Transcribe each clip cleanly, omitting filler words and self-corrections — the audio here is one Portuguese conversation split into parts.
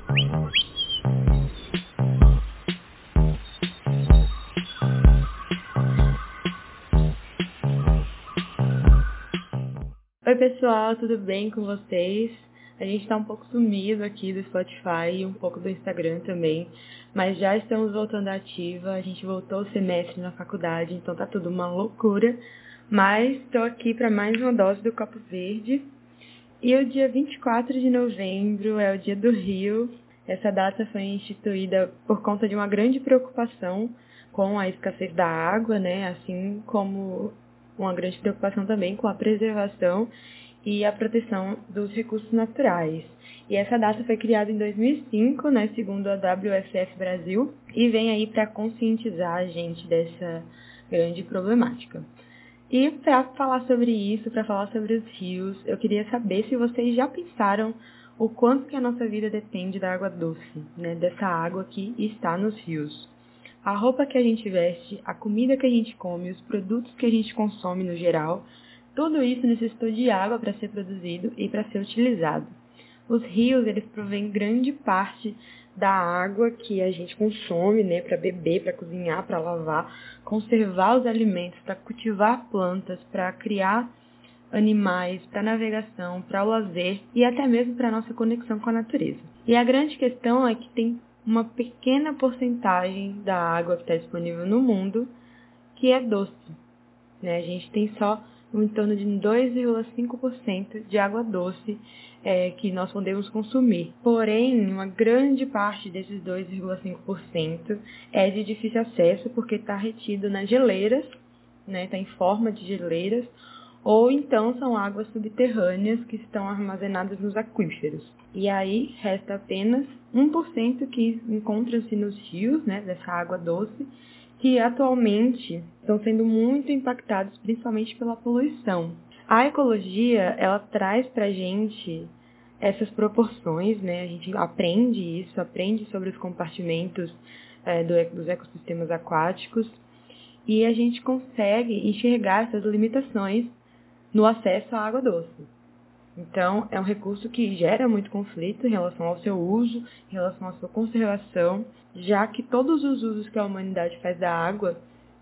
Oi pessoal, tudo bem com vocês? A gente tá um pouco sumido aqui do Spotify e um pouco do Instagram também, mas já estamos voltando à ativa, a gente voltou o semestre na faculdade, então tá tudo uma loucura, mas tô aqui para mais uma dose do Copo Verde. E o dia 24 de novembro é o Dia do Rio. Essa data foi instituída por conta de uma grande preocupação com a escassez da água, né? Assim como uma grande preocupação também com a preservação e a proteção dos recursos naturais. E essa data foi criada em 2005, né, segundo a WFF Brasil, e vem aí para conscientizar a gente dessa grande problemática. E para falar sobre isso, para falar sobre os rios, eu queria saber se vocês já pensaram o quanto que a nossa vida depende da água doce, né, dessa água que está nos rios. A roupa que a gente veste, a comida que a gente come, os produtos que a gente consome no geral, tudo isso necessitou de água para ser produzido e para ser utilizado. Os rios, eles provêm grande parte da água que a gente consome, né, para beber, para cozinhar, para lavar, conservar os alimentos, para cultivar plantas, para criar animais, para navegação, para o lazer e até mesmo para a nossa conexão com a natureza. E a grande questão é que tem uma pequena porcentagem da água que está disponível no mundo que é doce, né? A gente tem só em torno de 2,5% de água doce que nós podemos consumir. Porém, uma grande parte desses 2,5% é de difícil acesso porque está retido nas geleiras, né? Está em forma de geleiras, ou então são águas subterrâneas que estão armazenadas nos aquíferos. E aí resta apenas 1% que encontra-se nos rios, né, dessa água doce, que atualmente estão sendo muito impactados principalmente pela poluição. A ecologia, ela traz pra gente essas proporções, né? A gente aprende isso, aprende sobre os compartimentos dos ecossistemas aquáticos e a gente consegue enxergar essas limitações no acesso à água doce. Então, é um recurso que gera muito conflito em relação ao seu uso, em relação à sua conservação, já que todos os usos que a humanidade faz da água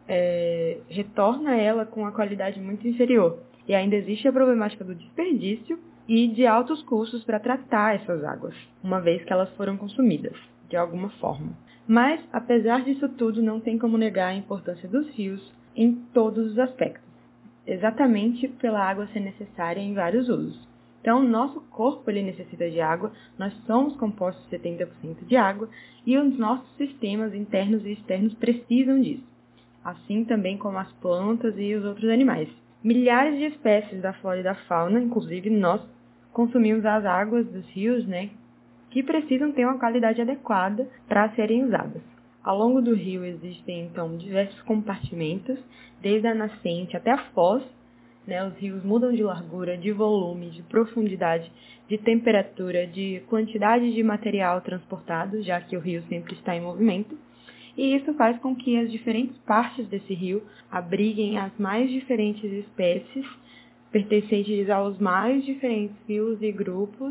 retorna ela com uma qualidade muito inferior. E ainda existe a problemática do desperdício e de altos custos para tratar essas águas, uma vez que elas foram consumidas, de alguma forma. Mas, apesar disso tudo, não tem como negar a importância dos rios em todos os aspectos, exatamente pela água ser necessária em vários usos. Então, nosso corpo ele necessita de água, nós somos compostos de 70% de água e os nossos sistemas internos e externos precisam disso, assim também como as plantas e os outros animais. Milhares de espécies da flora e da fauna, inclusive nós, consumimos as águas dos rios, né, que precisam ter uma qualidade adequada para serem usadas. Ao longo do rio existem, então, diversos compartimentos, desde a nascente até a foz, né? Os rios mudam de largura, de volume, de profundidade, de temperatura, de quantidade de material transportado, já que o rio sempre está em movimento. E isso faz com que as diferentes partes desse rio abriguem as mais diferentes espécies, pertencentes aos mais diferentes rios e grupos,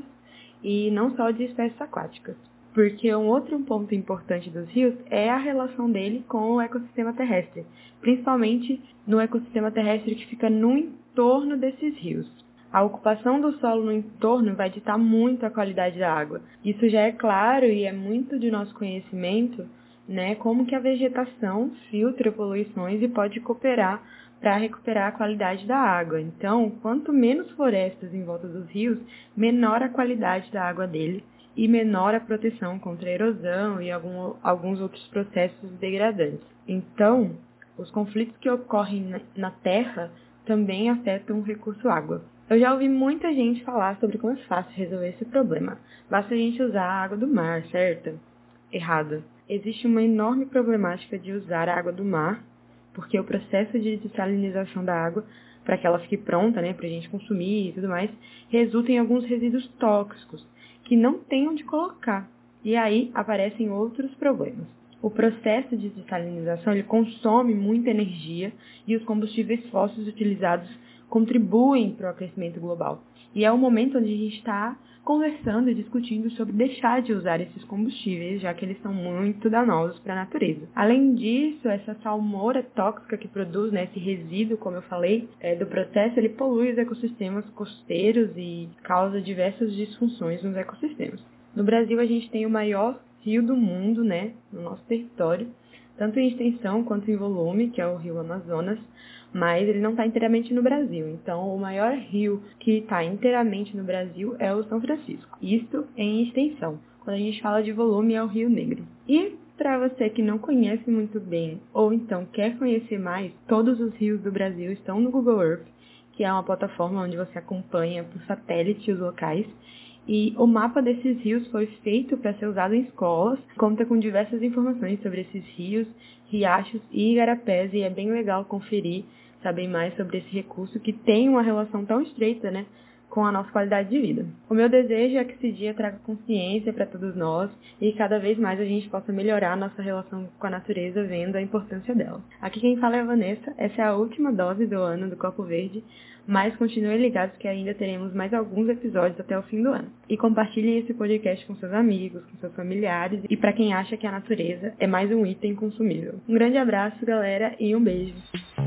e não só de espécies aquáticas. Porque um outro ponto importante dos rios é a relação dele com o ecossistema terrestre, principalmente no ecossistema terrestre que fica no entorno desses rios. A ocupação do solo no entorno vai ditar muito a qualidade da água. Isso já é claro e é muito de nosso conhecimento, né, como que a vegetação filtra poluições e pode cooperar para recuperar a qualidade da água. Então, quanto menos florestas em volta dos rios, menor a qualidade da água dele e menor a proteção contra a erosão e alguns outros processos degradantes. Então, os conflitos que ocorrem na terra também afetam o recurso água. Eu já ouvi muita gente falar sobre como é fácil resolver esse problema. Basta a gente usar a água do mar, certo? Errado. Existe uma enorme problemática de usar a água do mar, porque o processo de dessalinização da água, para que ela fique pronta, né, para a gente consumir e tudo mais, resulta em alguns resíduos tóxicos, que não tem onde colocar. E aí aparecem outros problemas. O processo de dessalinização ele consome muita energia e os combustíveis fósseis utilizados contribuem para o aquecimento global. E é o momento onde a gente está conversando e discutindo sobre deixar de usar esses combustíveis, já que eles são muito danosos para a natureza. Além disso, essa salmoura tóxica que produz, né, esse resíduo, como eu falei, do processo, ele polui os ecossistemas costeiros e causa diversas disfunções nos ecossistemas. No Brasil, a gente tem o maior rio do mundo, né, no nosso território, tanto em extensão quanto em volume, que é o rio Amazonas, mas ele não está inteiramente no Brasil. Então, o maior rio que está inteiramente no Brasil é o São Francisco. Isso em extensão. Quando a gente fala de volume, é o Rio Negro. E para você que não conhece muito bem, ou então quer conhecer mais, todos os rios do Brasil estão no Google Earth, que é uma plataforma onde você acompanha por satélite os locais. E o mapa desses rios foi feito para ser usado em escolas, conta com diversas informações sobre esses rios, riachos e igarapés, e é bem legal conferir, saber mais sobre esse recurso que tem uma relação tão estreita, né, com a nossa qualidade de vida. O meu desejo é que esse dia traga consciência para todos nós e cada vez mais a gente possa melhorar a nossa relação com a natureza, vendo a importância dela. Aqui quem fala é a Vanessa, essa é a última dose do ano do Copo Verde, mas continuem ligados que ainda teremos mais alguns episódios até o fim do ano. E compartilhem esse podcast com seus amigos, com seus familiares e para quem acha que a natureza é mais um item consumível. Um grande abraço, galera, e um beijo!